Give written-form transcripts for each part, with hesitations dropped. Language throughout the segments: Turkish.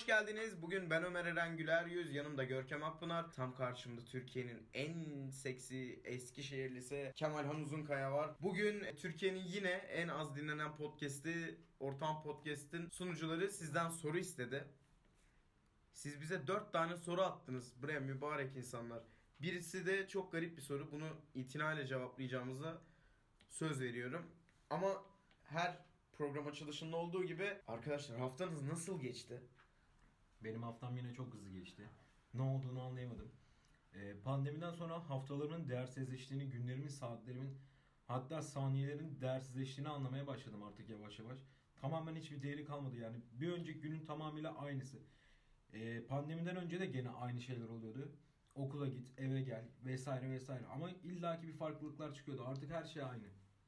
hoş geldiniz. Bugün ben Ömer Eren Güler Yüz, yanımda Görkem Akpınar. Tam karşımda Türkiye'nin en seksi Eskişehirlisi Kemal Han Uzunkaya var. Bugün Türkiye'nin yine en az dinlenen podcast'i, Ortam Podcast'in sunucuları sizden soru istedi. Siz bize 4 tane soru attınız buraya mübarek insanlar. Birisi de çok garip bir soru. Bunu itinayla cevaplayacağımıza söz veriyorum. Ama her program açılışında olduğu gibi arkadaşlar, haftanız nasıl geçti? Benim haftam yine çok hızlı geçti. Ne olduğunu anlayamadım. Pandemiden sonra haftalarımın değersizleştiğini, günlerimin, saatlerimin, hatta saniyelerin değersizleştiğini anlamaya başladım artık yavaş yavaş. Tamamen hiçbir değeri kalmadı yani. Bir önceki günün tamamıyla aynısı. Pandemiden önce de gene aynı şeyler oluyordu. Okula git, eve gel vesaire vesaire. Ama illaki bir farklılıklar çıkıyordu. Artık her şey aynı.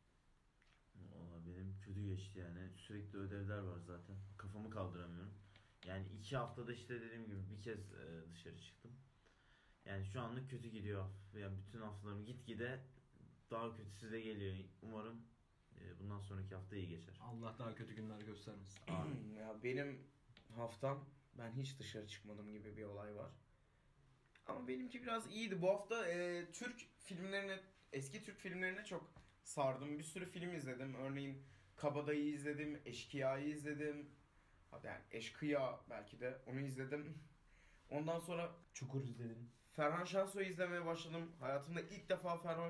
Valla benim kötü geçti yani. Sürekli ödevler var zaten. Kafamı kaldıramıyorum. Yani 2 haftada işte dediğim gibi bir kez dışarı çıktım. Yani şu anlık kötü gidiyor. Yani bütün haftalarım gitgide daha kötüsü de geliyor. Umarım bundan sonraki hafta iyi geçer. Allah daha kötü günler göstermesin. Ya benim haftam, ben hiç dışarı çıkmadım gibi bir olay var. Ama benimki biraz iyiydi. Bu hafta Türk filmlerine, eski Türk filmlerine çok sardım. Bir sürü film izledim. Örneğin Kabadayı izledim, Eşkıya'yı izledim. Yani Eşkıya belki de, onu izledim. Ondan sonra Çukur izledin. Ferhan Şensoy'u izlemeye başladım. Hayatımda ilk defa Ferhan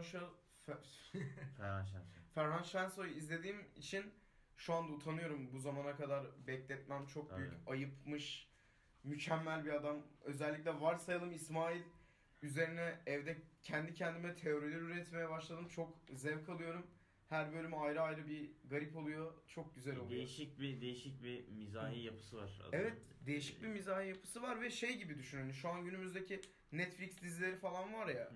Şensoy. Ferhan Şensoy'u izlediğim için şu anda utanıyorum. Bu zamana kadar bekletmem çok büyük ayıpmış. Mükemmel bir adam. Özellikle Varsayalım İsmail üzerine evde kendi kendime teoriler üretmeye başladım. Çok zevk alıyorum. Her bölüm ayrı ayrı bir garip oluyor. Çok güzel oluyor. Değişik bir mizahi yapısı var. Evet, değişik bir mizahi yapısı var ve şey gibi düşünün. Şu an günümüzdeki Netflix dizileri falan var ya.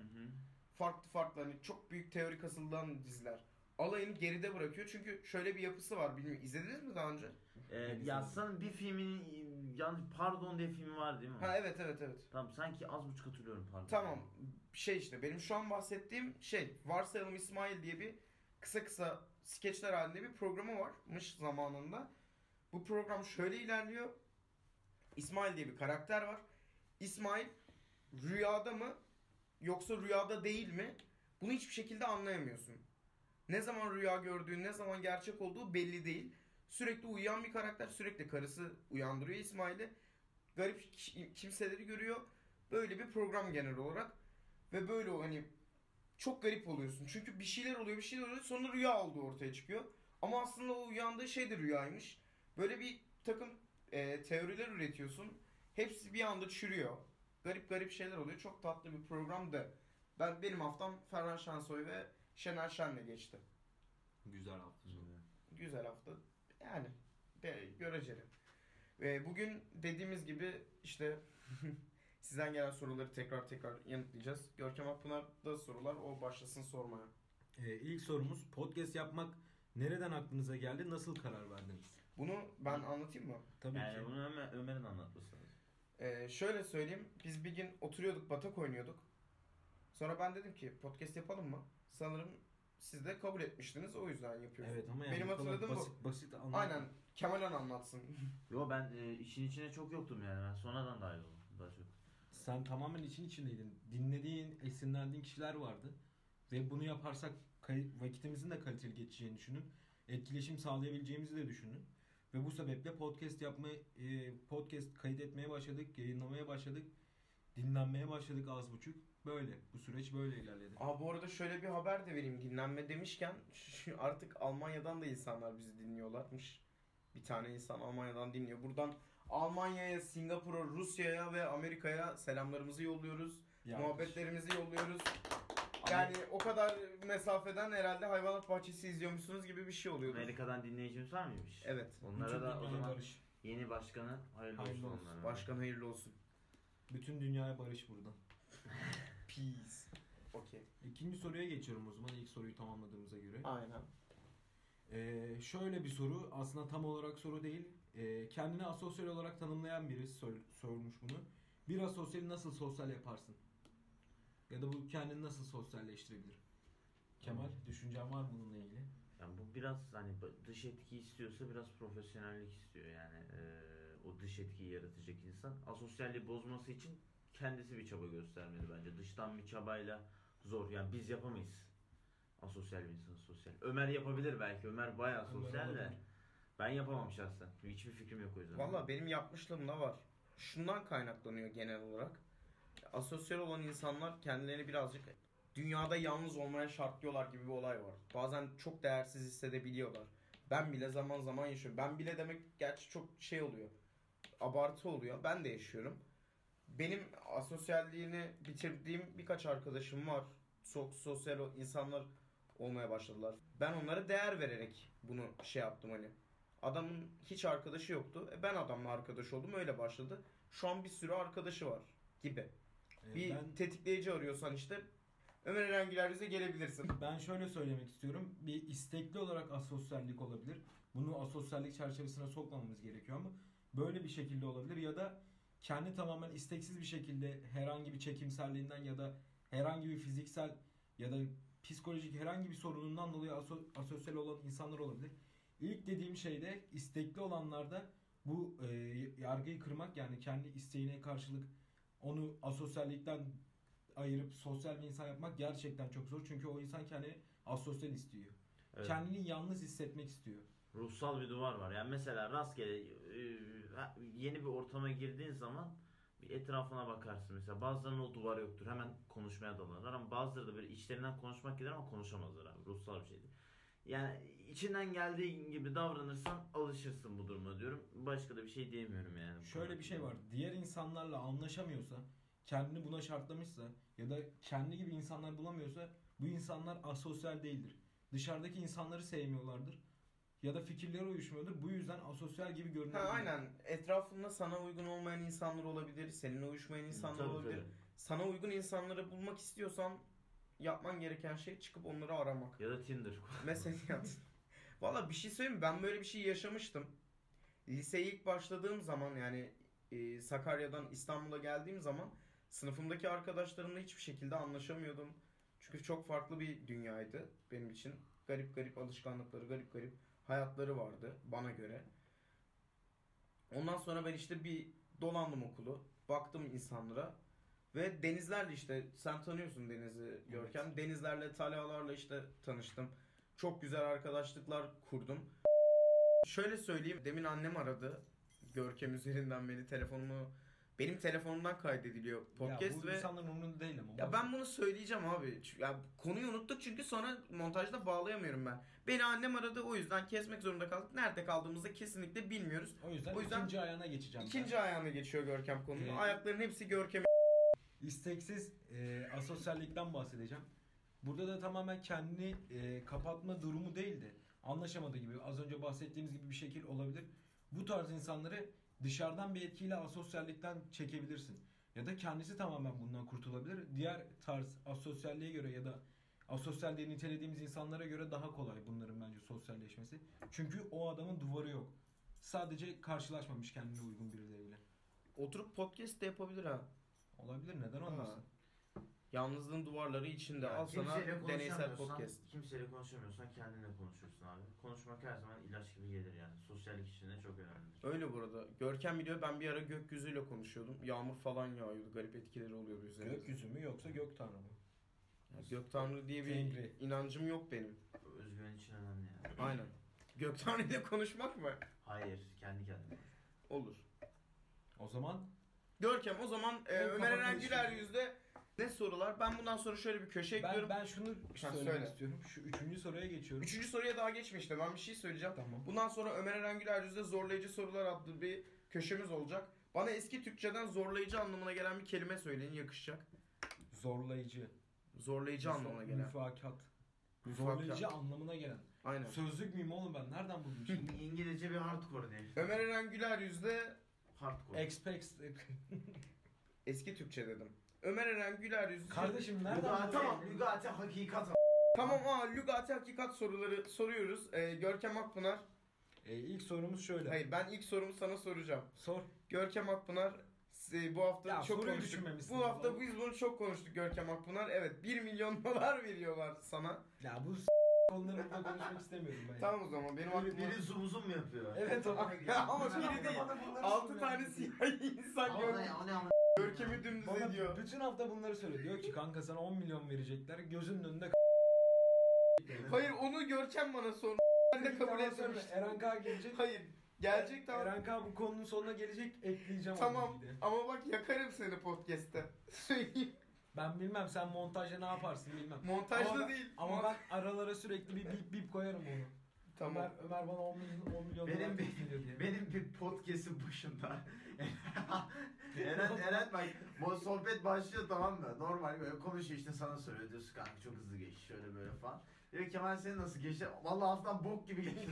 Farklı hani çok büyük teori kasıldan diziler. Alayını geride bırakıyor. Çünkü şöyle bir yapısı var. Bilmiyorum, izlediniz mi daha önce? Ya sanırım bir filmin, yani Pardon diye filmi var değil mi? Ha, evet. Tamam, sanki az buçuk hatırlıyorum Pardon. Tamam. İşte benim şu an bahsettiğim şey, Varsayalım İsmail diye bir kısa skeçler halinde bir programı varmış zamanında. Bu program şöyle ilerliyor. İsmail diye bir karakter var. İsmail rüyada mı yoksa rüyada değil mi? Bunu hiçbir şekilde anlayamıyorsun. Ne zaman rüya gördüğün, ne zaman gerçek olduğu belli değil. Sürekli uyuyan bir karakter, sürekli karısı uyandırıyor İsmail'i. Garip kimseleri görüyor. Böyle bir program genel olarak. Ve böyle hani çok garip oluyorsun. Çünkü bir şeyler oluyor, sonra rüya olduğu ortaya çıkıyor. Ama aslında o uyandığı şey de rüyaymış. Böyle bir takım teoriler üretiyorsun. Hepsi bir anda çürüyor. Garip şeyler oluyor. Çok tatlı bir programdı. Benim haftam Ferhan Şensoy ve Şener Şen'le geçti. Güzel hafta sonu. Güzel hafta. Yani göreceli. Bugün dediğimiz gibi işte sizden gelen soruları tekrar yanıtlayacağız. Görkem Akpınar'da sorular, o başlasın sormaya. İlk sorumuz, podcast yapmak nereden aklınıza geldi? Nasıl karar verdiniz? Bunu ben anlatayım mı? Tabii yani ki. bunu Ömer'in anlatması lazım. Şöyle söyleyeyim. Biz bir gün oturuyorduk, batak oynuyorduk. Sonra ben dedim ki podcast yapalım mı? Sanırım siz de kabul etmiştiniz, o yüzden yapıyorsunuz. Evet ama yani benim hatırladığım basit anlat. Aynen. Kemal Han anlatsın. Yo, ben işin içine çok yoktum yani. Ben sonradan dahil oldum daha çok. Sen tamamen için içindeydin. Dinlediğin, esinlendiğin kişiler vardı. Ve bunu yaparsak vakitimizin de kaliteli geçeceğini düşünün. Etkileşim sağlayabileceğimizi de düşünün. Ve bu sebeple podcast kaydetmeye başladık, yayınlamaya başladık. Dinlenmeye başladık az buçuk. Böyle. Bu süreç böyle ilerledi. Bu arada şöyle bir haber de vereyim. Dinlenme demişken artık Almanya'dan da insanlar bizi dinliyorlarmış. Bir tane insan Almanya'dan dinliyor. Buradan Almanya'ya, Singapur'a, Rusya'ya ve Amerika'ya selamlarımızı yolluyoruz. Muhabbetlerimizi yolluyoruz. Yani o kadar mesafeden herhalde hayvanat bahçesi izliyormuşsunuz gibi bir şey oluyordu. Amerika'dan dinleyicimiz var mıymış? Evet. Onlara da o zaman barış. yeni başkanı hayırlı olsun onlara. Başkan hayırlı olsun. Bütün dünyaya barış buradan. Peace. Okey. İkinci soruya geçiyorum o zaman, ilk soruyu tamamladığımıza göre. Aynen. Şöyle bir soru, aslında tam olarak soru değil. Kendini asosyal olarak tanımlayan biri sormuş bunu. Bir asosyali nasıl sosyal yaparsın? Ya da bu kendini nasıl sosyalleştirebilir? Kemal, düşüncen var mı bununla ilgili? Yani bu biraz hani dış etki istiyorsa biraz profesyonellik istiyor yani. o dış etkiyi yaratacak insan. Asosyalliği bozması için kendisi bir çaba göstermeli bence. Dıştan bir çabayla zor. Yani biz yapamayız. Asosyal bir insan sosyal. Ömer yapabilir belki. Ömer bayağı Ömer sosyal de. olabilir. Ben yapamam şahsen. Hiçbir fikrim yok o yüzden. Valla benim yapmışlığım da var. Şundan kaynaklanıyor genel olarak. Asosyal olan insanlar kendilerini birazcık dünyada yalnız olmaya şartlıyorlar gibi bir olay var. Bazen çok değersiz hissedebiliyorlar. Ben bile zaman zaman yaşıyorum. Ben bile demek gerçi çok şey oluyor. Abartı oluyor. Ben de yaşıyorum. Benim asosyalliğini bitirdiğim birkaç arkadaşım var. Sosyal insanlar olmaya başladılar. Ben onlara değer vererek bunu şey yaptım hani. Adamın hiç arkadaşı yoktu. Ben adamla arkadaş oldum. Öyle başladı. Şu an bir sürü arkadaşı var gibi. Bir Ben tetikleyici arıyorsan işte Ömer Eren Güler Yüz'e gelebilirsin. Ben şöyle söylemek istiyorum. Bir istekli olarak asosyallik olabilir. Bunu asosyallik çerçevesine sokmamamız gerekiyor ama böyle bir şekilde olabilir ya da kendi tamamen isteksiz bir şekilde herhangi bir çekimselliğinden ya da herhangi bir fiziksel ya da psikolojik herhangi bir sorunundan dolayı asosyal olan insanlar olabilir. İlk dediğim şeyde istekli olanlarda bu yargıyı kırmak, yani kendi isteğine karşılık onu asosyallikten ayırıp sosyal bir insan yapmak gerçekten çok zor. Çünkü o insan kendini asosyal istiyor. Evet. Kendini yalnız hissetmek istiyor. Ruhsal bir duvar var. Yani mesela rastgele yeni bir ortama girdiğin zaman bir etrafına bakarsın. Mesela bazılarının o duvarı yoktur. Hemen konuşmaya dalarlar ama bazıları da böyle içlerinden konuşmak gelir ama konuşamazlar abi. Ruhsal bir şeydir. Yani içinden geldiği gibi davranırsan alışırsın bu duruma diyorum. Başka da bir şey diyemiyorum yani. Şöyle bir şey var. Diğer insanlarla anlaşamıyorsa, kendini buna şartlamışsa ya da kendi gibi insanlar bulamıyorsa bu insanlar asosyal değildir. Dışarıdaki insanları sevmiyorlardır. Ya da fikirleri uyuşmuyordur. Bu yüzden asosyal gibi görünüyor. Aynen. Etrafında sana uygun olmayan insanlar olabilir. Seninle uyuşmayan insanlar Tabii, olabilir. tabii. Sana uygun insanları bulmak istiyorsan yapman gereken şey çıkıp onları aramak. Ya da Tinder. Mesela valla bir şey söyleyeyim mi? Ben böyle bir şey yaşamıştım. Liseye ilk başladığım zaman yani Sakarya'dan İstanbul'a geldiğim zaman sınıfımdaki arkadaşlarımla hiçbir şekilde anlaşamıyordum. Çünkü çok farklı bir dünyaydı benim için. Garip garip alışkanlıkları, garip garip hayatları vardı bana göre. Ondan sonra ben işte bir dolandım okulu. Baktım insanlara. Ve Denizlerle işte sen tanıyorsun Deniz'i Görkem. Evet. Denizlerle, Talhalarla işte tanıştım. Çok güzel arkadaşlıklar kurdum. Şöyle söyleyeyim. Demin annem aradı. Görkem üzerinden benim telefonumdan kaydediliyor podcast ya bu ve insanların umurunda değil ama. ya ben bunu söyleyeceğim abi. Ya konuyu unuttuk çünkü sonra montajda bağlayamıyorum ben. Beni annem aradı, o yüzden kesmek zorunda kaldık. Nerede kaldığımızı kesinlikle bilmiyoruz. O yüzden, O yüzden ikinci ayağına geçeceğim. İkinci ayağına geçiyor Görkem konunun. Evet. Ayakların hepsi Görkem'e. İsteksiz asosyallikten bahsedeceğim. Burada da tamamen kendini kapatma durumu değil de anlaşamadığı gibi, az önce bahsettiğimiz gibi bir şekil olabilir. Bu tarz insanları dışarıdan bir etkiyle asosyallikten çekebilirsin. Ya da kendisi tamamen bundan kurtulabilir. Diğer tarz asosyalliğe göre ya da asosyal diye nitelediğimiz insanlara göre daha kolay bunların bence sosyalleşmesi. Çünkü o adamın duvarı yok. Sadece karşılaşmamış kendine uygun birileriyle. Oturup podcast de yapabilir ha. Olabilir, neden olmasın? Yalnızlığın duvarları içinde. Ya Al sana kimseyle deneysel konuşamıyorsan- podcast. Kimseyle konuşamıyorsan kendine konuşursun abi. Konuşmak her zaman ilaç gibi gelir yani. Sosyallik için de çok önemlidir. Öyle burada. Görkem biliyor, ben bir ara gökyüzüyle konuşuyordum. Yağmur falan yağıyordu. Garip etkileri oluyordu üzerinde. Gökyüzü mü yoksa gök tanrı mı? Ya Gök Tanrı diye bir Tengri. inancım yok benim. Özgüven için önemli yani. Aynen. Gök Tanrı ile konuşmak mı? Hayır, kendi kendine. Olur. O zaman Görkem o zaman En Ömer Eren kafanı Güler düşün. Yüz'de ne sorular? Ben bundan sonra şöyle bir köşe ekliyorum. ben şunu Sen söylemek söyle. istiyorum. Şu 3. soruya geçiyorum. Üçüncü soruya daha geçmişti. Ben bir şey söyleyeceğim. Tamam. Bundan sonra Ömer Eren Güler Yüz'de Zorlayıcı Sorular adlı bir köşemiz olacak. Bana eski Türkçeden zorlayıcı anlamına gelen bir kelime söyleyin, yakışacak. Zorlayıcı. Zorlayıcı anlamına gelen. Müfakat. Müfakat. Zorlayıcı anlamına gelen. Aynen. Sözlük müyüm oğlum ben? Nereden buldum şimdi? İngilizce bir hardcore diye. Ömer Eren Güler Yüz'de Hardcore. Expect. eski Türkçe dedim. Ömer Eren Güler Yüz'de... Kardeşim nereden Lügati, buldun? Tamam. lügati hakikat. Tamam, Lügati Hakikat soruları soruyoruz. Görkem Akpınar. İlk sorumuz şöyle. Hayır, ben ilk sorumu sana soracağım. Sor. Görkem Akpınar, bu hafta Ya, çok soruyu konuştuk. düşünmemişsin Bu hafta oğlum. biz bunu çok konuştuk Görkem Akpınar. Evet, 1 milyon dolar veriyorlar sana. Ya bu konuları burada konuşmak istemiyorum ben. Tamam o zaman benim Biri, aklıma... biri zoom zoom mu yapıyor? Evet ama. Ama biri değil. 6 tane siyahi insan gördüm. O ne ama? Görkemi dümdüz Bana ediyor. bütün hafta bunları söylüyor. Diyor ki kanka sana 10 milyon verecekler. Gözünün önünde Hayır onu Görkem bana sordu. Ben de kabul etmemiştim. Eren K gelecek. Hayır. Gelecek tamam. Eren K bu konunun sonuna gelecek. Ekleyeceğim Tamam onu bir de. ama bak yakarım seni podcast'te. Söyleyeyim. Ben bilmem sen montajda ne yaparsın bilmem. Montajda Ama ben- değil. Ama ben aralara sürekli bir bip bip koyarım onu. Tamam. Ömer bana 10 milyon Benim dolar bir- teklif ediyor diye. Benim bir podcast'in başında Eren bak bu sohbet başlıyor tamam mı? Normal böyle konuşuyor işte sana söylüyor diyorsun kanka çok hızlı geçti şöyle böyle falan. Diyor Kemal senin nasıl geçti? Vallahi haftan bok gibi geçti.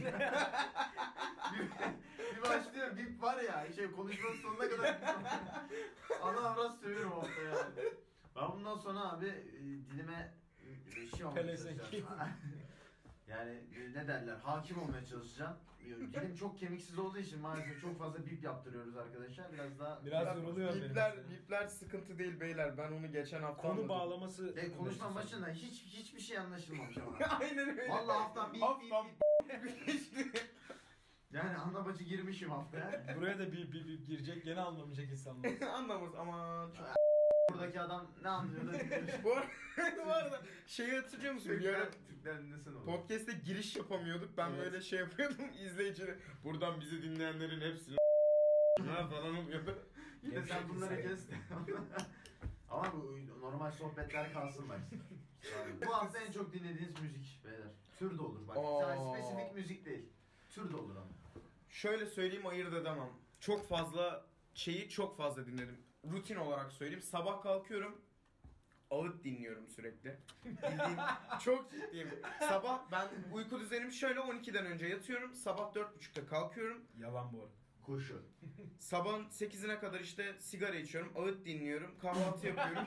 bir başlıyor bip var ya konuşmanın sonuna kadar ana avrat sövüyorum hafta yani. Ben bundan sonra abi dilime şey olmaya Pelesenk. çalışacağım. Yani ne derler hakim olmaya çalışacağım. Dilim çok kemiksiz olduğu için maalesef çok fazla bip yaptırıyoruz arkadaşlar. Biraz yoruluyor benim Bipler, mesela. bipler sıkıntı değil beyler. Ben onu geçen hafta Konu anladım. bağlaması. Konuşmanın başında hiçbir şey anlaşılmamış ama. Aynen öyle. Vallahi haftan bip Haftan bip. geçti. Yani ana bacı girmişim haftaya. Buraya da bip bip bip girecek. Gene anlamayacak insanlar. Anlamaz ama çok... Buradaki adam ne anlıyor da bilmiyor. bu arada şeyi hatırlıyor musun? Bir ara Türkler dinlesin onu. podcast'te giriş yapamıyorduk. Ben Evet. böyle şey yapıyordum izleyicilere. Buradan bizi dinleyenlerin hepsini falan oluyordu. Yine sen bunları kes. Ama bu normal sohbetler kalsın bak. Bu hafta en çok dinlediğiniz müzik beyler. Tür de olur bak. Aa. Spesifik müzik değil. Tür de olur ama. Şöyle söyleyeyim ayırt edemem. Çok fazla dinledim. Rutin olarak söyleyeyim. Sabah kalkıyorum. Ağıt dinliyorum sürekli. Bildiğin çok ciddiyim. Sabah ben uyku düzenim şöyle 12'den önce yatıyorum. Sabah 4.30'da kalkıyorum. Yalan bu arada. Koşu. Sabahın 8'ine kadar işte sigara içiyorum. Ağıt dinliyorum. Kahvaltı yapıyorum.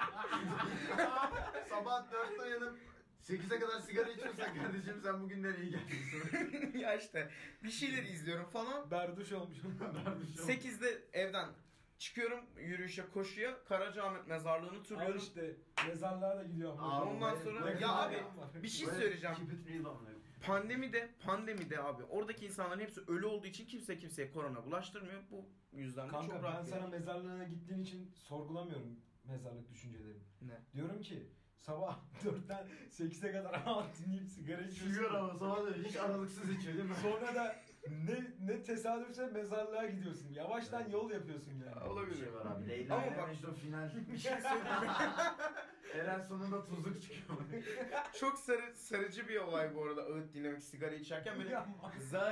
Sabah 4'te uyanıp 8'e kadar sigara içiyorsan kardeşim sen bugün nereye gelmişsin? Ya işte bir şeyler izliyorum falan. Berduş olmuşum. 8'de evden çıkıyorum yürüyüşe koşuya. Karacaahmet mezarlığını Al turluyorum. işte mezarlığa da gidiyorum. Aa, ondan sonra Ne ya kadar abi var. bir şey söyleyeceğim. Keep it real amına. Pandemide abi oradaki insanların hepsi ölü olduğu için kimse kimseye korona bulaştırmıyor. Bu yüzden de Kanka çok ben rahat. sana mezarlığına gittiğin için sorgulamıyorum mezarlık düşüncelerimi. Ne? Diyorum ki sabah 4'ten 8'e kadar dinleyip sigara içiyorsun. Sigara ama sabah da hiç aralıksız içiyor değil mi? Sonra da ne tesadüfse mezarlığa gidiyorsun. Yavaştan yol yapıyorsun yani. Olabilir. Bir şey var abi. Leyla Ama ile bak- Mecnun final. Bir şey söyleyeyim mi? Eren sonunda tuzluk çıkıyor. Çok sarıcı bir olay bu arada ağıt dinlemek sigara içerken böyle Yapma.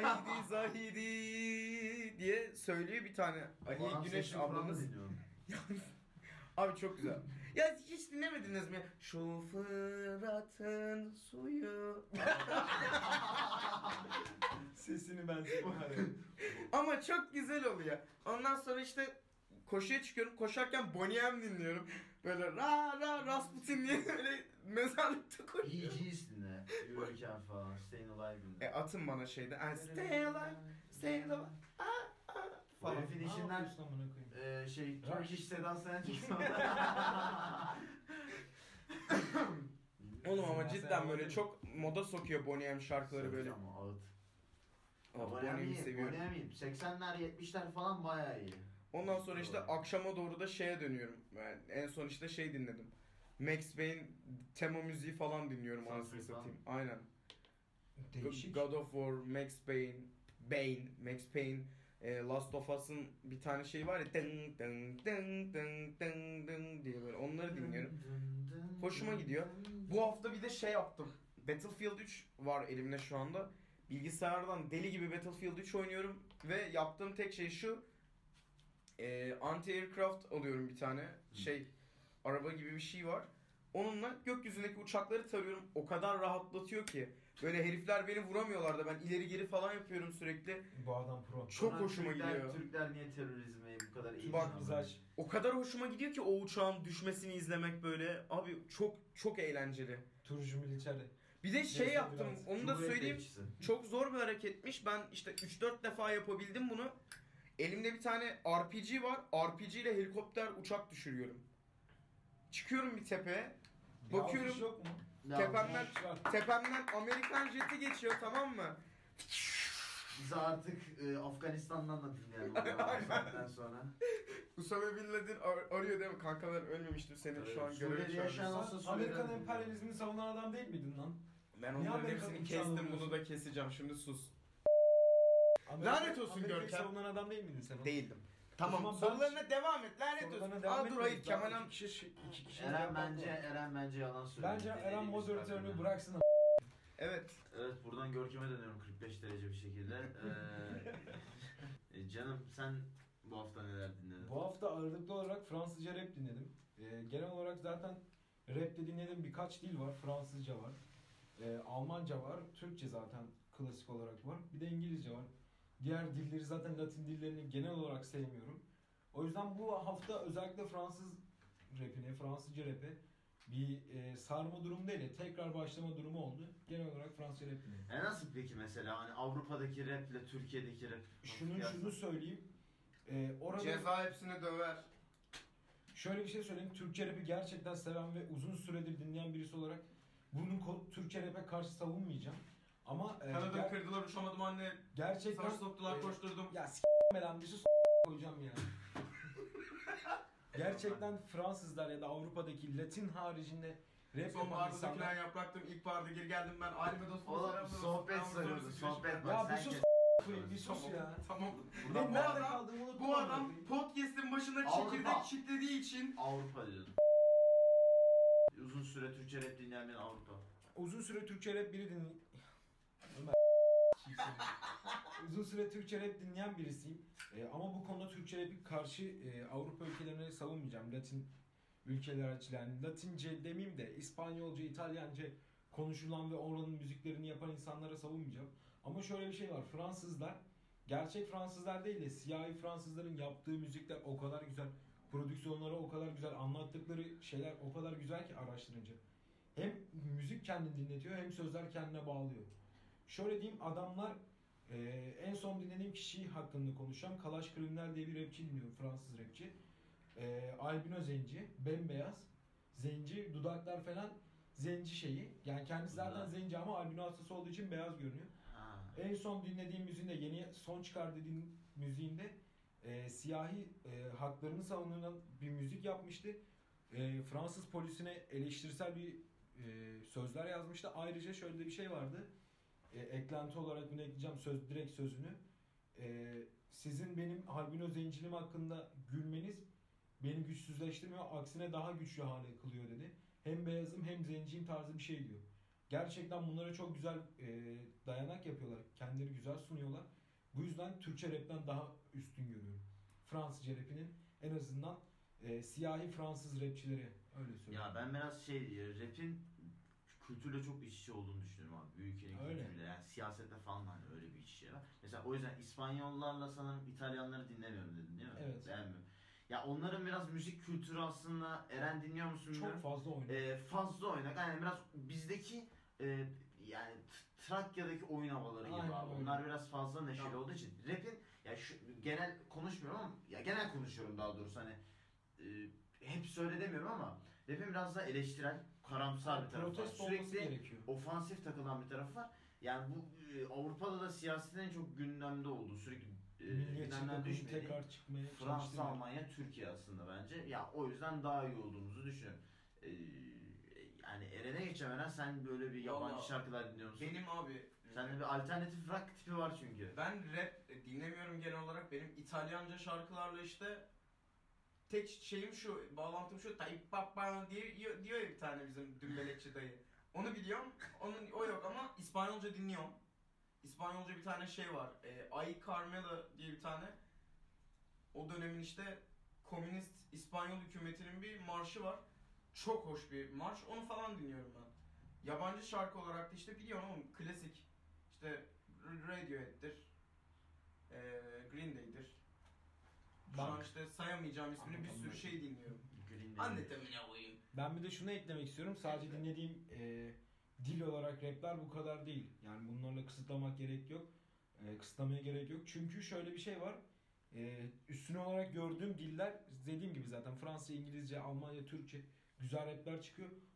Zahidi diye söylüyor bir tane Ali Güneş ablamız. Abi çok güzel. Ya hiç dinlemediniz mi? Şu Fırat'ın suyu. Sesini ben seviyorum. Ama çok güzel oluyor. Ondan sonra işte koşuya çıkıyorum. Koşarken Boney M dinliyorum. Böyle Rasputin diye böyle mezarlıkta koşuyorum. EG's dinle. Yürürken falan. Staying Alive dinle. Atın bana şeyde. Stay alive, stay alive. Bu Falan. herifin işinden Turkish Seda Sayan çıksın. Oğlum ama cidden böyle çok moda sokuyor Boney M şarkıları böyle. Ama ağıt. Abi Boney M'i seviyorum. 80'ler 70'ler falan bayağı iyi. Ondan sonra işte akşama doğru da şeye dönüyorum. Yani en son işte şey dinledim. Max Payne'in tema müziği falan dinliyorum anasını Sunset satayım. Aynen. Değişik. God of War, Max Max Payne, Last of Us'ın bir tane şeyi var ya dın dın dın dın dın dın diye böyle onları dinliyorum. Hoşuma gidiyor. Bu hafta bir de şey yaptım. Battlefield 3 var elimde şu anda. Bilgisayardan deli gibi Battlefield 3 oynuyorum ve yaptığım tek şey şu. Anti-aircraft alıyorum bir tane. Araba gibi bir şey var. Onunla gökyüzündeki uçakları tarıyorum. O kadar rahatlatıyor ki. Böyle herifler beni vuramıyorlar da ben ileri geri falan yapıyorum sürekli. Bu adam pro. Çok hoşuma gidiyor. Türkler niye terörizme bu kadar iyi? Bak, Mizaç. O kadar hoşuma gidiyor ki o uçağın düşmesini izlemek böyle. Abi çok eğlenceli. Turcu militer. Bir de şey Neyse, yaptım. biraz. Onu da söyleyeyim. Çok zor bir hareketmiş. Ben işte 3-4 defa yapabildim bunu. Elimde bir tane RPG var. RPG ile helikopter uçak düşürüyorum. Çıkıyorum bir tepeye. Bakıyorum alkış yok mu? tepemden Alkış var. tepemden Amerikan jeti geçiyor, tamam mı? Bize artık Afganistan'dan da dinleyelim bu saatten sonra. Usame Bin Laden arıyor değil mi? Kankalar ölmemiştim, senin şu an Suriye'de görevi yaşayan çağırıyorsun. olsa Sen Amerikan Suriye'den emperyalizmini savunan adam değil miydin lan? Ben Niye onların Amerikan hepsini uçağını kestim, vuruyorsun? bunu da keseceğim, şimdi sus. Amerika- Lanet olsun Amerika'yı Görkem. savunan adam değil miydin sen? Değildim. O Tamam, zaman ben- sorularına devam et, lanet olsun. Sorularına devam Dur hayır, etmedik. Daha Kemal Han... iki kişi Eren bence yalan söylüyor. Bence Eren Dediğimiz moderatörünü farkında. bıraksın. Evet. Evet, buradan Görkem'e dönüyorum 45 derece bir şekilde. Canım sen bu hafta neler dinledin? Bu hafta ağırlıklı olarak Fransızca rap dinledim. Genel olarak zaten rapte dinlediğim birkaç dil var. Fransızca var. Almanca var. Türkçe zaten klasik olarak var. Bir de İngilizce var. Diğer dilleri zaten Latin dillerini genel olarak sevmiyorum. O yüzden bu hafta özellikle Fransız rapine, Fransızca rap'e bir sarma durumu değil de tekrar başlama durumu oldu. Genel olarak Fransızca rap dinledim. Nasıl peki mesela hani Avrupa'daki rap ile Türkiye'deki rap? Şunu söyleyeyim. Orada Ceza hepsini döver. şöyle bir şey söyleyeyim. Türkçe rap'i gerçekten seven ve uzun süredir dinleyen birisi olarak bunun Türkçe rap'e karşı savunmayacağım. Ama Kanadım kırdılar, uçamadım anne. gerçekten Savaş soktular, koşturdum. ya lan bir sus koyacağım ya. Gerçekten Fransızlar ya da Avrupa'daki Latin haricinde rap Son yapan barda insanlar... dökülen yapraktım, ilk barda geri geldim ben. Alime dostum. Oğlum sohbet sarıyordu, sohbet Ya bak bir sen sus kes. koyayım, bir sus ya. Tamam. Buradan Nerede adam- kaldım unuttum. Bu amına adam koyayım. podcast'in başına Avrupa. çekirdek çitlediği için Avrupa diyordum. Uzun süre Türkçe rap dinleyen Avrupa. Uzun süre Türkçe rap biri Uzun süre Türkçe rap dinleyen birisiyim. Ama bu konuda Türkçe rap'i karşı Avrupa ülkelerine savunmayacağım. Latin ülkeler açısından. Yani Latince demeyeyim de İspanyolca, İtalyanca konuşulan ve oranın müziklerini yapan insanlara savunmayacağım. Ama şöyle bir şey var. Fransızlar, gerçek Fransızlar değil de siyahi Fransızların yaptığı müzikler o kadar güzel. Prodüksiyonları o kadar güzel. Anlattıkları şeyler o kadar güzel ki araştırınca. Hem müzik kendini dinletiyor hem sözler kendine bağlıyor. Şöyle diyeyim, adamlar en son dinlediğim kişi hakkında konuşacağım. Kalash Criminal diye bir rapçi dinliyorum, Fransız rapçi. Albino zenci, bembeyaz, zenci, dudaklar falan zenci şeyi. Yani kendisi zaten zenci ama albino hastası olduğu için beyaz görünüyor. En son dinlediğim müziğinde, yeni son çıkar dediğim müziğinde siyahi haklarını savunan bir müzik yapmıştı. Fransız polisine eleştirisel bir sözler yazmıştı. Ayrıca şöyle de bir şey vardı. Eklenti olarak bunu ekleyeceğim, direkt sözünü. Sizin benim albino zenciliğim hakkında gülmeniz beni güçsüzleştirmiyor, aksine daha güçlü hale kılıyor dedi. Hem beyazım hem zenciyim tarzı bir şey diyor. Gerçekten bunlara çok güzel dayanak yapıyorlar. Kendileri güzel sunuyorlar. Bu yüzden Türkçe rapten daha üstün görüyorum. Fransızca rapinin en azından siyahi Fransız rapçileri, öyle söyleyeyim. Ya ben biraz rapin kültürle çok iç içe olduğunu düşünüyorum abi. Bir ülkenin Öyle. kültürüyle, yani siyasette falan hani öyle bir iç içe var. Mesela o yüzden İspanyollarla sanırım İtalyanları dinlemiyorum dedin değil mi? Evet. Beğenmiyorum. Ya onların biraz müzik kültürü aslında, Eren dinliyor musun bilmiyorum. Çok fazla oynuyor. Fazla oynak. Yani biraz bizdeki yani Trakya'daki oyun havaları gibi Aynen abi. öyle. Onlar biraz fazla neşeli Tamam. olduğu için. Rap'in ya şu genel konuşmuyorum ama ya genel konuşuyorum daha doğrusu hani hep söyle demiyorum ama rap'in biraz daha eleştirel, karamsar bir tarafı var. Protesto olması Sürekli gerekiyor. ofansif takılan bir tarafı var. Yani bu Avrupa'da da siyasetin en çok gündemde olduğu, sürekli Milliyetçi gündemden takımı düşmediği tekrar çıkmaya Fransa, çalıştırıyor. Almanya, Türkiye aslında bence. Ya o yüzden daha iyi olduğumuzu düşünüyorum. Yani Eren'e geçemeden sen böyle bir yabancı Vallahi şarkılar dinliyor musun? benim abi. Sende bir alternatif rock tipi var çünkü. Ben rap dinlemiyorum genel olarak. Benim İtalyanca şarkılarla işte tek şeyim şu, bağlantım şu. Tayyip Baba diyor ya bir tane bizim dümbelekçi dayı. Onu biliyorum. O yok ama İspanyolca dinliyorum. İspanyolca bir tane şey var. Ay Carmela diye bir tane. O dönemin işte komünist İspanyol hükümetinin bir marşı var. Çok hoş bir marş. Onu falan dinliyorum ben. Yabancı şarkı olarak da işte biliyorum oğlum, klasik. İşte Radiohead'dir. Green Day'dir. Şu an işte sayamayacağım ismini, bir sürü şey dinliyorum. Green Day. Annetemine koyayım. Ben bir de şunu eklemek istiyorum. Sadece dinlediğim dil olarak rapler bu kadar değil. Yani bunlarla kısıtlamak gerek yok. Kısıtlamaya gerek yok. Çünkü şöyle bir şey var. Üstüne olarak gördüğüm diller dediğim gibi zaten Fransızca, İngilizce, Almanca, Türkçe güzel rapler çıkıyor.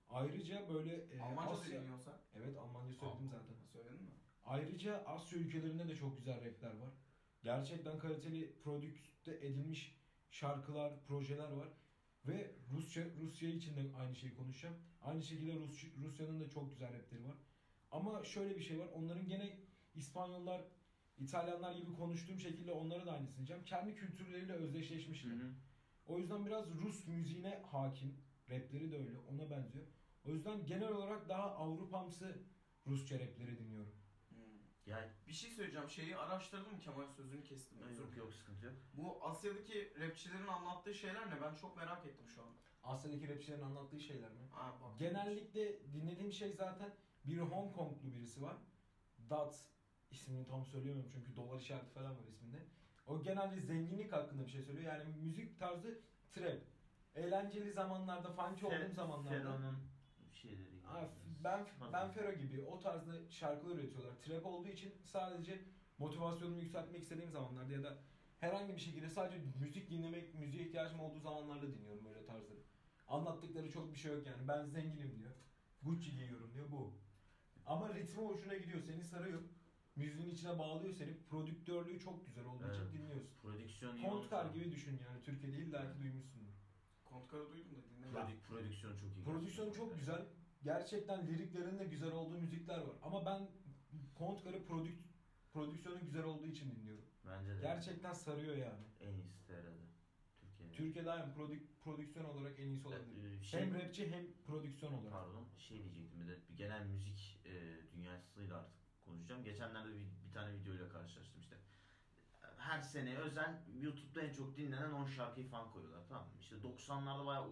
Ayrıca böyle Almanca Asya... dinliyorsa. Evet, Almanca söyledim zaten. Söyledin mi? Ayrıca Asya ülkelerinde de çok güzel rapler var. Gerçekten kaliteli prodükte edilmiş şarkılar, projeler var. Ve Rusya için de aynı şeyi konuşacağım. Aynı şekilde Rusya'nın da çok güzel rapleri var. Ama şöyle bir şey var. Onların gene İspanyollar, İtalyanlar gibi konuştuğum şekilde onlara da aynısını diyeceğim. Kendi kültürleriyle özdeşleşmişler. O yüzden biraz Rus müziğine hakim. Rapleri de öyle. Ona benziyor. O yüzden genel olarak daha Avrupamsı Rusça rapleri dinliyorum. Yani Bir şey söyleyeceğim. Şeyi araştırdın mı Kemal, sözünü kestim. yok sıkıntı yok. Bu Asya'daki rapçilerin anlattığı şeyler ne? Ben çok merak ettim şu an. Asya'daki rapçilerin anlattığı şeyler mi? Bak. Genellikle dinlediğim şey zaten bir Hong Konglu birisi var. Dat ismini tam söyleyemiyorum çünkü dolar işareti falan var isminde. O genelde zenginlik hakkında bir şey söylüyor. Yani müzik tarzı trap. Eğlenceli zamanlarda, funky olduğum zamanlarda. Fero'nun şeyleri gibi. Ben Fero gibi o tarzda şarkılar üretiyorlar. Trap olduğu için sadece motivasyonumu yükseltmek istediğim zamanlarda ya da herhangi bir şekilde sadece müzik dinlemek, müziğe ihtiyacım olduğu zamanlarda dinliyorum böyle tarzları. Anlattıkları çok bir şey yok yani. Ben zenginim diyor. Gucci giyiyorum diyor, bu. Ama ritmi hoşuna gidiyor, seni sarıyor. Müziğin içine bağlıyor seni. Prodüktörlüğü çok güzel olduğu için dinliyorsun. Prodüksiyon iyi Kontkar olsa- gibi düşün yani. Türkiye'de illaki duymuşsundur. Kontkar'ı duydum da dinlemedim. Prodüksiyonu çok iyi. Prodüksiyonu çok güzel. Gerçekten liriklerin de güzel olduğu müzikler var. Ama ben Kontkar'ı prodüksiyonu güzel olduğu için dinliyorum. Bence de. Gerçekten sarıyor yani. En iyisi herhalde. Türkiye'de. Türkiye'de aynı prodüksiyon olarak en iyisi olabilir. Hem rapçi hem prodüksiyon olarak. Pardon, şey diyecektim bir de bir genel müzik dünyasıyla artık konuşacağım. Geçenlerde bir tane videoyla karşılaştım işte. Her sene özel YouTube'da en çok dinlenen 10 şarkıyı falan koyuyorlar, tamam mı? İşte 90'larda bayağı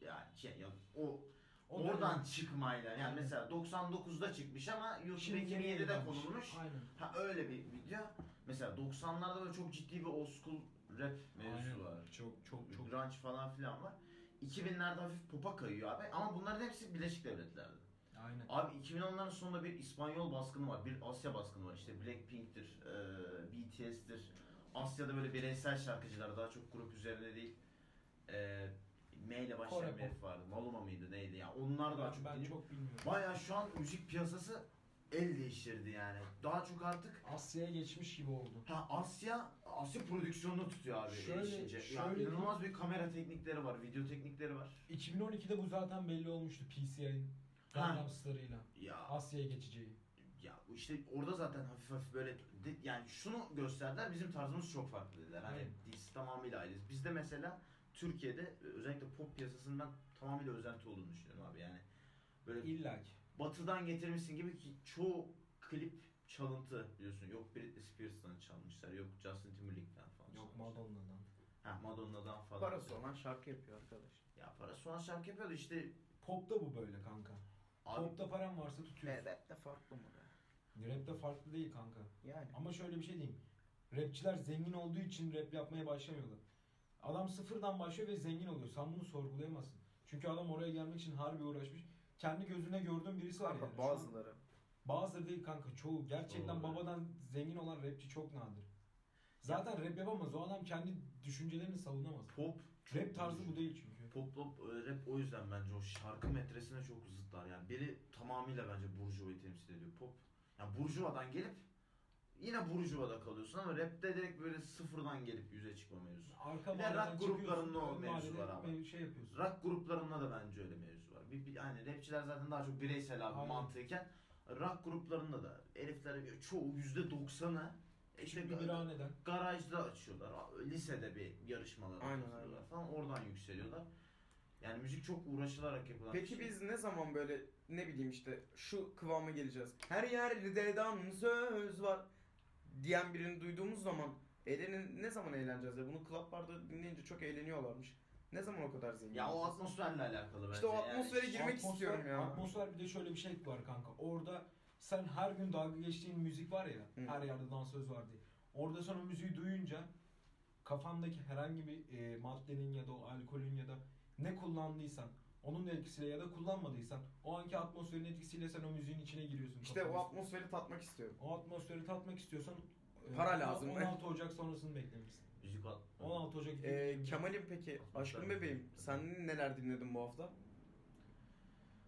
oradan çıkmayla yani Aynen. mesela 99'da çıkmış ama YouTube Şimdi 2007'de yeniden konulmuş. Aynen. Ha öyle bir video. Mesela 90'larda böyle çok ciddi bir old school rap mevzusu Aynen. var. Çok. Grunge falan filan var. 2000'lerde hafif pop'a kayıyor abi ama bunların hepsi Birleşik Devletler'de. Aynen. Abi 2010'ların sonunda bir İspanyol baskını var, bir Asya baskını var. İşte Blackpink'tir, BTS'tir. Asya'da böyle bireysel şarkıcılar, daha çok grup üzerine değil. M ile başlayan Kore bir herif vardı. Maluma mıydı neydi ya? Onlar daha çok Ben dinliyor. çok bilmiyorum. Baya şu an müzik piyasası el değiştirdi yani. Daha çok artık Asya'ya geçmiş gibi oldu. Asya prodüksiyonunu tutuyor abi. Şöyle inanılmaz bir kamera teknikleri var, video teknikleri var. 2012'de bu zaten belli olmuştu PCI'nin Gangnam Style'ıyla Ya Asya'ya geçeceği. Ya işte orada zaten hafif böyle yani şunu gösterdiler, bizim tarzımız çok farklı dediler. Hani Evet. biz tamamıyla ayrıyız. Bizde mesela Türkiye'de özellikle pop piyasasının ben tamamıyla özenti olduğunu düşünüyorum abi yani. Böyle İllaki. batıdan getirmişsin gibi ki çoğu klip çalıntı diyorsun. Yok Britney Spears'tan çalmışlar, yok Justin Timberlake'den falan. Yok çalmışlar. Madonna'dan. Madonna'dan falan. Parası olan şarkı yapıyor arkadaş. Ya parası olan şarkı yapıyordu işte. Pop'ta bu böyle kanka. Abi, Pop'ta paran varsa tutuyorsun. Rap de farklı mı be? Rap'te farklı değil kanka. Yani. Ama şöyle bir şey diyeyim. Rapçiler zengin olduğu için rap yapmaya başlamıyorlar. Adam sıfırdan başlıyor ve zengin oluyor. Sen bunu sorgulayamazsın. Çünkü adam oraya gelmek için harbi uğraşmış. Kendi gözüne gördüğün birisi var Kanka yani. bazıları. Bazıları değil kanka, çoğu. Gerçekten Çoğu, babadan zengin olan rapçi çok nadir. Zaten rap yapamaz. O adam kendi düşüncelerini savunamaz. pop çok Rap tarzı bu değil çünkü. Pop rap o yüzden bence o şarkı metresine çok zıtlar yani. Biri tamamıyla bence burjuvayı temsil ediyor. Pop yani burjuvadan gelip yine burjuvada kalıyorsun ama rapte direkt böyle sıfırdan gelip yüze çıkma mevzusu. Arka Bir de mahalleden rock gruplarının çıkıyorsun, o ön mevzu var mahallede ama. şey yapıyorsun. Rock gruplarında da bence öyle mevzu var. Hani rapçiler zaten daha çok bireysel abi Aynen. mantığıyken rock gruplarında da herifler çoğu %90'ı işte Bir birhaneden. garajda açıyorlar. Lisede bir yarışmalar Aynen, katılıyorlar falan. Oradan yükseliyorlar. Yani müzik çok uğraşılarak yapılan bir Peki şey. biz ne zaman böyle ne bileyim işte şu kıvama geleceğiz. Her yerde dansöz var diyen birini duyduğumuz zaman ne zaman eğleneceğiz ya? Bunu klaplarda dinleyince çok eğleniyorlarmış. Ne zaman o kadar zengin? Ya o olacağız? atmosferle alakalı bence. İşte o Yani atmosfere girmek istiyorum ya. Atmosfer, bir de şöyle bir şey var kanka. Orada sen her gün dalga geçtiğin müzik var ya. Hı. Her yerde dansöz var diye. Orada sen o müziği duyunca kafandaki herhangi bir maddenin ya da o alkolün ya da ne kullandıysan onun etkisiyle ya da kullanmadıysan o anki atmosferin etkisiyle sen o müziğin içine giriyorsun. İşte o kafanın atmosferi tatmak istiyorum. O atmosferi tatmak istiyorsan Para lazım. 16 Ocak sonrasını beklemişsin. müzik 16 Ocak Kemal'im peki, aşkım bebeğim, sen neler dinledin bu hafta?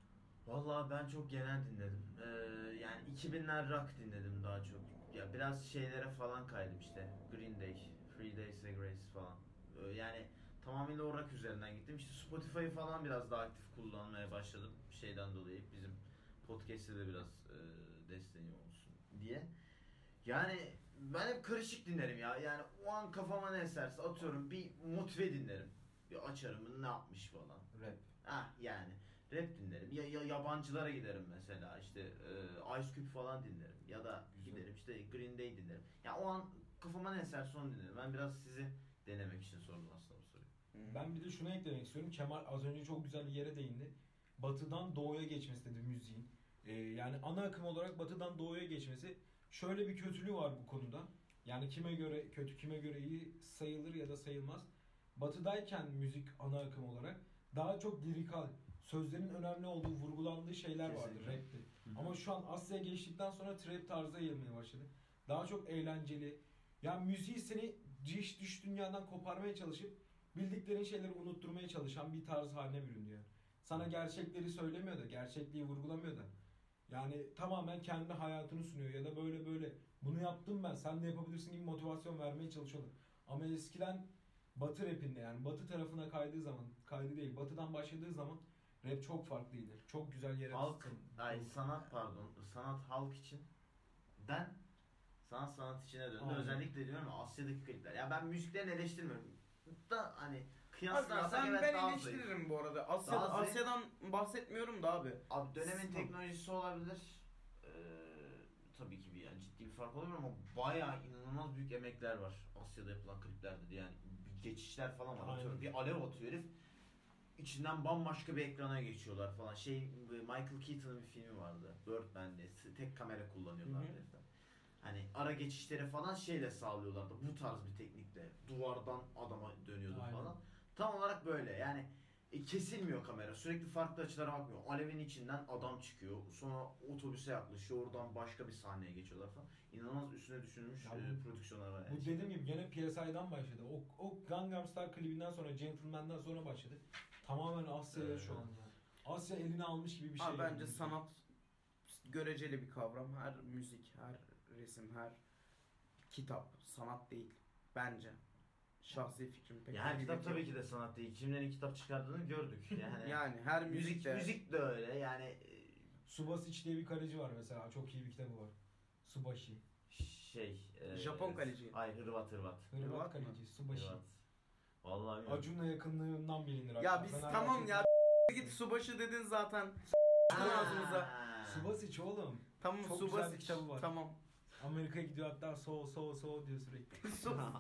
Vallahi ben çok genel dinledim. Yani 2000'ler rock dinledim daha çok. Ya biraz şeylere falan kaydım işte. Green Day, Three Days Grace falan. Yani tamamıyla o rock üzerinden gittim. İşte Spotify'ı falan biraz daha aktif kullanmaya başladım. Şeyden dolayı bizim podcast'te de biraz desteği olsun diye. Yani ben hep karışık dinlerim ya. Yani o an kafama ne eserse atıyorum bir motive dinlerim. Bir açarım ne yapmış falan. Rap. Yani rap dinlerim. Ya yabancılara giderim mesela. İşte Ice Cube falan dinlerim. Ya da giderim işte Green Day dinlerim. Ya o an kafama ne eserse onu dinlerim. Ben biraz sizi denemek için sordum aslında bu soruyu. Ben bir de şunu eklemek istiyorum. Kemal az önce çok güzel bir yere değindi. Batıdan doğuya geçmesi dedi müziğin. Yani ana akım olarak batıdan doğuya geçmesi. Şöyle bir kötülüğü var bu konuda. Yani kime göre kötü, kime göre iyi sayılır ya da sayılmaz. Batıdayken müzik ana akım olarak daha çok lirikal, sözlerin önemli olduğu, vurgulandığı şeyler vardı Kesinlikle. rapte. Ama şu an Asya'ya geçtikten sonra trap tarzı yayılmaya başladı. Daha çok eğlenceli. Yani müziği seni dış dünyadan koparmaya çalışıp bildiklerin şeyleri unutturmaya çalışan bir tarz haline büründü yani. Sana gerçekleri söylemiyor da, gerçekliği vurgulamıyor da. Yani tamamen kendi hayatını sunuyor ya da böyle böyle bunu yaptım ben, sen de yapabilirsin gibi motivasyon vermeye çalışıyorlar. Ama eskiden Batı rapinde yani Batı tarafına kaydığı zaman, kaydı değil, Batı'dan başladığı zaman rap çok farklıydı. Çok güzel yere Halk, tuttun. sanat halk için. Ben sanat içine döndü. Aynen. Özellikle diyorum ya Asya'daki klipler. Ya ben müziklerini eleştirmiyorum. Da hani Abi kıyaslarsak ben, evet ben daha zayıf. eleştiririm bu arada. Daha zayıf. Asya'dan bahsetmiyorum da abi. Abi dönemin Tamam. teknolojisi olabilir. Tabii ki yani ciddi bir fark olabilir ama bayağı inanılmaz büyük emekler var Asya'da yapılan kliplerde de yani geçişler falan var. Aynen. Atıyorum bir alev atıyor herif. İçinden bambaşka bir ekrana geçiyorlar falan. Michael Keaton'ın bir filmi vardı. Birdman'de. Tek kamera kullanıyorlar Hı hı. herifler. Hani ara geçişleri falan şeyle sağlıyorlardı. Bu tarz bir teknikle. Duvardan adama dönüyordu Aynen. falan. Tam olarak böyle. Yani kesilmiyor kamera. Sürekli farklı açılara bakmıyor. Alevin içinden adam çıkıyor. Sonra otobüse yaklaşıyor. Oradan başka bir sahneye geçiyorlar falan. İnanılmaz üstüne düşünülmüş Ya prodüksiyonlar var. Bu dediğim gibi gene PSI'dan başladı. O Gangnam Style klibinden sonra, Gentleman'dan sonra başladı. Tamamen Asya'ya şu an yani. Asya eline almış gibi bir şey. Abi bence yapıyor. sanat göreceli bir kavram. Her müzik, her resim, her kitap sanat değil. Bence. Şahsi fikrim pek. Ya her bir kitap yok. tabii ki de sanat değil. Kimlerin kitap çıkardığını gördük. Yani, Yani her müzik de. müzik de öyle. Yani Subasic diye bir kaleci var mesela. Çok iyi bir kitabı var. Subashi. Japon kaleci. Hayır Hırvat. Hırvat Hırvat mı? kaleci. Subashi. Hırvat. Vallahi bilmiyorum. Acun'la yakınlığından bilinir. Ya hatta. biz Fenerbahçe- tamam ya git subaşı dedin zaten. ağzımıza. Subasic oğlum. Tamam Çok güzel bir Subasic. kitabı var. Tamam. Amerika'ya gidiyor hatta so diyor sürekli.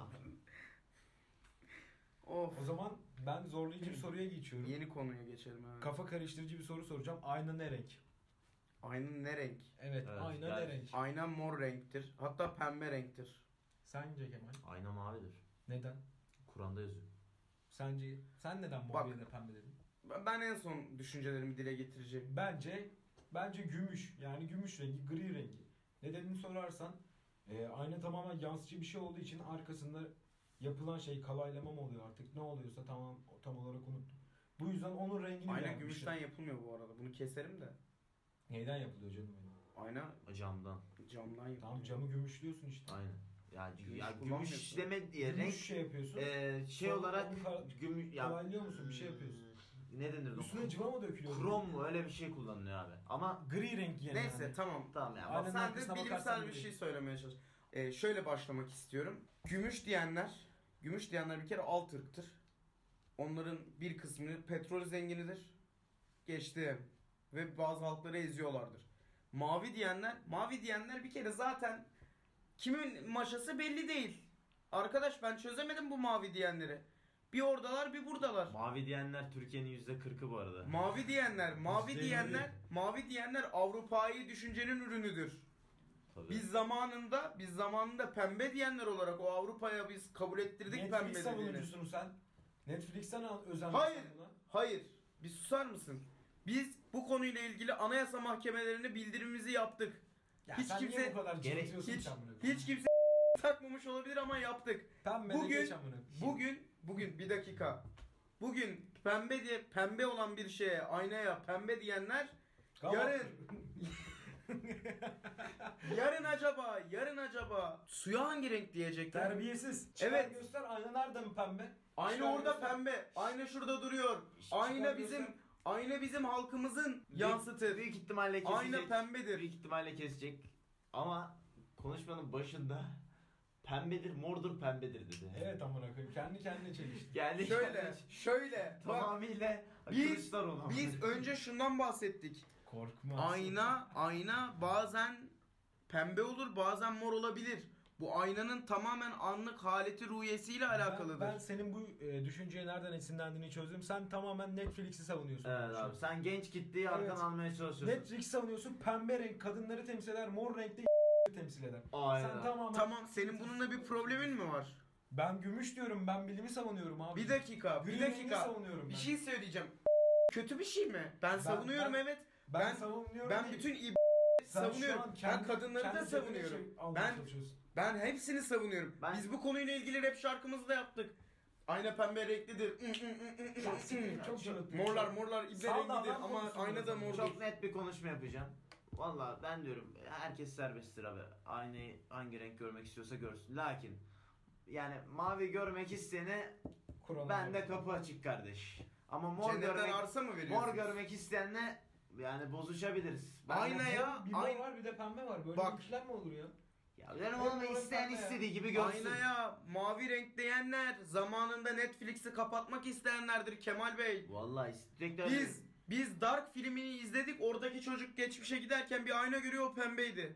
Of. O zaman ben zorlayıcı bir soruya geçiyorum. Yeni konuya geçelim. Evet. Kafa karıştırıcı bir soru soracağım. Ayna ne renk? Ayna ne renk? Evet, Evet, ayna yani- ne renk? Ayna mor renktir. Hatta pembe renktir. Sence Kemal? Ayna mavidir. Neden? Kur'an'da yazıyor. Sence sen neden mor Bak. yerine pembe dedin? Ben en son düşüncelerimi dile getireceğim. Bence gümüş. Yani gümüş rengi, gri rengi. Nedenini sorarsan ayna tamamen yansıcı bir şey olduğu için arkasında yapılan şey kalaylama mı oluyor artık ne oluyorsa tam olarak unuttum. Bu yüzden onun rengini Ayna beğenmişler. gümüşten yapılmıyor bu arada. Bunu keserim de. Neyden yapılıyor canım benim? Ayna Camdan. camdan yapılıyor. Tamam camı gümüşlüyorsun işte. Aynen. Ya, Gümüş ya kullanmıyorsun. gümüşleme diye Gümüş renk şey yapıyorsun. şey Sonra olarak onu gümüş kalaylıyor musun? Bir şey yapıyorsun. Ne denir Üstüne ona? cıva mı dökülüyor? Krom mu öyle bir şey kullanılıyor abi. Ama Gri renk yani. Neyse yani. tamam. tamam ya. Aynen. Bak, Sen de arkasına bakarsan bilimsel bir gri. şey söylemeye çalış. Şöyle başlamak istiyorum. Gümüş diyenler bir kere alt ırktır. Onların bir kısmı petrol zenginidir. Geçti. Ve bazı halkları eziyorlardır. Mavi diyenler bir kere zaten kimin maşası belli değil. Arkadaş ben çözemedim bu mavi diyenleri. Bir oradalar bir buradalar. mavi diyenler Türkiye'nin %40'ı bu arada. Mavi diyenler Avrupa'yı düşüncenin ürünüdür. Tabii. Biz zamanında pembe diyenler olarak o Avrupa'ya biz kabul ettirdik pembe Netflix dediğini. savunucusun sen. Netflix'ten özendin Hayır. sen buna. Hayır. Bir susar mısın? Biz bu konuyla ilgili anayasa mahkemelerine bildirimimizi yaptık. Ya Hiç sen kimse- niye bu kadar Gerek- cıvıtıyorsun Hiç, sen bunu? hiç kimse takmamış olabilir ama yaptık. Pembe Bugün- de geç amına. Bugün bir dakika. Bugün pembe olan bir şeye, aynaya pembe diyenler Yarın acaba suya hangi renk diyecekler? Terbiyesiz. Çıkar Evet. göster, ayna nerede mi pembe? Ayna Çıkar orada göster. pembe. Ayna şurada duruyor. göster. Ayna bizim halkımızın yansıtır. Büyük ihtimalle kesecek. Ayna pembedir. Büyük ihtimalle kesecek. Ama konuşmanın başında pembedir, mordur, pembedir dedi. Evet amına koyayım. Kendi kendine çelişti. Geldi Şöyle. Bak, tamamıyla biz Kılıçdaroğlu. biz önce şundan bahsettik. Korkma. Ayna bazen pembe olur, bazen mor olabilir. Bu aynanın tamamen anlık haleti ruhiyesiyle alakalıdır. Ben senin bu düşünceye nereden esinlendiğini çözdüm. Sen tamamen Netflix'i savunuyorsun. Evet abi, sen genç kitleyi arkadan Evet. almaya çalışıyorsun. Netflix savunuyorsun. Pembe renk kadınları temsil eder. Mor renkte temsil eder. Aynen. Sen tamamen... Tamam, senin bununla bir problemin mi var? Ben gümüş diyorum. Ben bilimi savunuyorum abi. Bir dakika. Greenwing'i savunuyorum ben. Bir şey söyleyeceğim. Kötü bir şey mi? Ben savunuyorum, evet. Ben savunuyorum. Ben değil. bütün Sen savunuyorum. şu an Ben kadınları da kendi savunuyorum. şey almaya çalışıyorsun. Ben hepsini savunuyorum. Biz bu konuyla ilgili rap şarkımızı da yaptık. Ayna pembe renklidir. Çok canıttım. Morlar ibre Sağ ol, renklidir ben ama konuşurum ayna da o zaman. mordur. Çok net bir konuşma yapacağım. Valla ben diyorum herkes serbesttir abi. Aynayı hangi renk görmek istiyorsa görsün. Lakin yani mavi görmek isteyene ben de kapı açık kardeş. Ama mor Cennetten görmek, arsa mı veriyorsun? mor görmek isteyenle yani bozuşabiliriz. Aynaya Bir mor var bir de pembe var. Böyle Bak. bir ikilem mi olur ya? Ya benim olma Hep isteyen pembe ya. istediği gibi görsün. Aynaya mavi renk diyenler zamanında Netflix'i kapatmak isteyenlerdir Kemal Bey. Vallahi istekler. Biz Dark filmini izledik. Oradaki çocuk geçmişe giderken bir ayna görüyor, o pembeydi.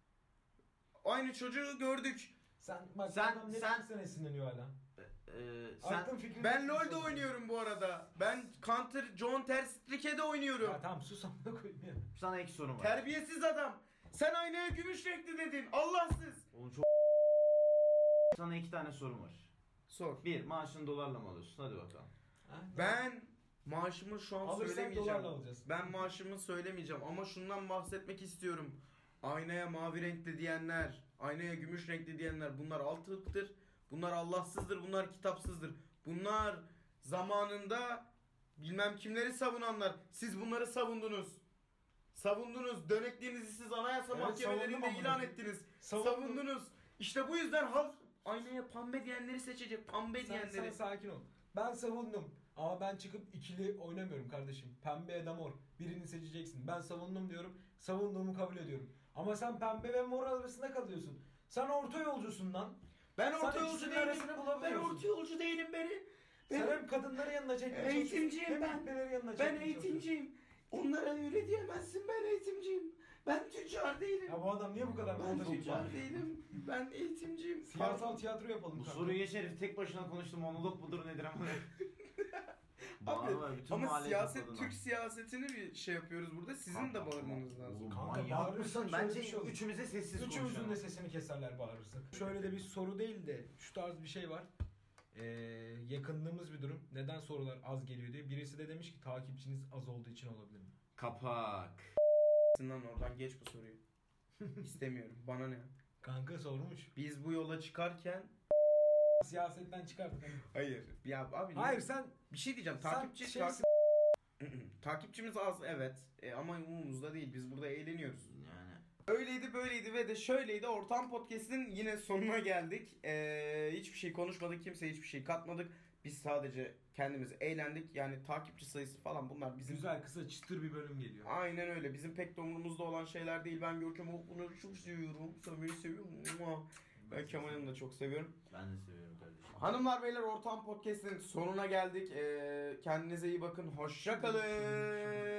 Aynı çocuğu gördük. Sen Sen- Netflix'ten esinleniyor hala. Sen Aklın fikrin Ben Netflix'te LoL'de oynuyorum bu arada. Ben Counter John Terstrike'de oynuyorum. Ya tamam sus amına koyayım ya. sana iki sorum var. Terbiyesiz adam. Sen aynaya gümüş renkli dedin. Allahsız. Onu çok sana iki tane sorum var. Sor. Bir, maaşını dolarla mı alıyorsun? Hadi bakalım. Ben maaşımı şu an Alırsak söylemeyeceğim. dolarla alacağız. Ben maaşımı söylemeyeceğim ama şundan bahsetmek istiyorum. Aynaya mavi renkli diyenler, aynaya gümüş renkli diyenler, bunlar altılıktır. Bunlar Allahsızdır, bunlar kitapsızdır. Bunlar zamanında bilmem kimleri savunanlar. Siz bunları savundunuz. Savundunuz. Dönekliğinizi siz anayasa Evet, mahkemelerinde savundum ilan ama. ettiniz. Savundum. Savundunuz. İşte bu yüzden halk aynaya pembe diyenleri seçecek. Pembe Sen diyenleri. sakin ol. Ben savundum. Ama ben çıkıp ikili oynamıyorum kardeşim. Pembe ya da mor. Birini seçeceksin. Ben savundum diyorum. Savunduğumu kabul ediyorum. Ama sen pembe ve mor arasında kalıyorsun. Sen orta yolcusun lan. Ben Sen orta yolcu ikisinin değilim. arasını Ben bulamıyorsun. orta yolcu değilim beni. Sen hem kadınları yanına çekmeye Eğitimciyim çalışıyorsun, hem ben. ipneleri yanına Ben çekmeye çalışıyorsun. eğitimciyim. Onlara öyle diyemezsin, ben eğitimciyim. Ben tüccar değilim. Ya bu adam niye bu kadar Ben moda şey tüccar değilim. Ben eğitimciyim. Siyasal tiyatro yapalım Bu kanka. soruyu geç herif tek başına konuştu, monolog mudur nedir ama. Bağırma, bütün Ama mahalle siyaset, topladı Türk lan. siyasetini bir şey yapıyoruz burada. Sizin de bağırmanız lazım. Oğlum, Kanka, manyak bağırırsan mısın? şöyle Bence bir şey olur. üçümüze sessiz Üçümüzün konuşalım. de sesini keserler bağırırsak. Şöyle de bir soru değil de şu tarz bir şey var. Yakındığımız bir durum. Neden sorular az geliyor diye. Birisi de demiş ki takipçiniz az olduğu için olabilir mi? Kapak. Lan oradan geç bu soruyu. İstemiyorum. Bana ne? Kanka sormuş. Biz bu yola çıkarken... Siyasetten çıkarttık. Hayır. Ya abi Hayır sen bir şey diyeceğim. sen şeysin. Takipçimiz az, evet. Ama umurumuzda değil. Biz burada eğleniyoruz. Yani. Öyleydi böyleydi ve de şöyleydi. Ortam Podcast'in yine sonuna geldik. Hiçbir şey konuşmadık. Kimseye hiçbir şey katmadık. Biz sadece kendimiz eğlendik. Yani takipçi sayısı falan bunlar bizim... Güzel kısa çıtır bir bölüm geliyor. Aynen öyle. Bizim pek de umurumuzda olan şeyler değil. Ben Görkem Okulu'nu çok seviyorum. Sen beni seviyor musun? Ben Kemal'imi de çok seviyorum. Ben de seviyorum kardeşim. Hanımlar beyler, Ortam Podcast'in sonuna geldik. Kendinize iyi bakın. Hoşça kalın.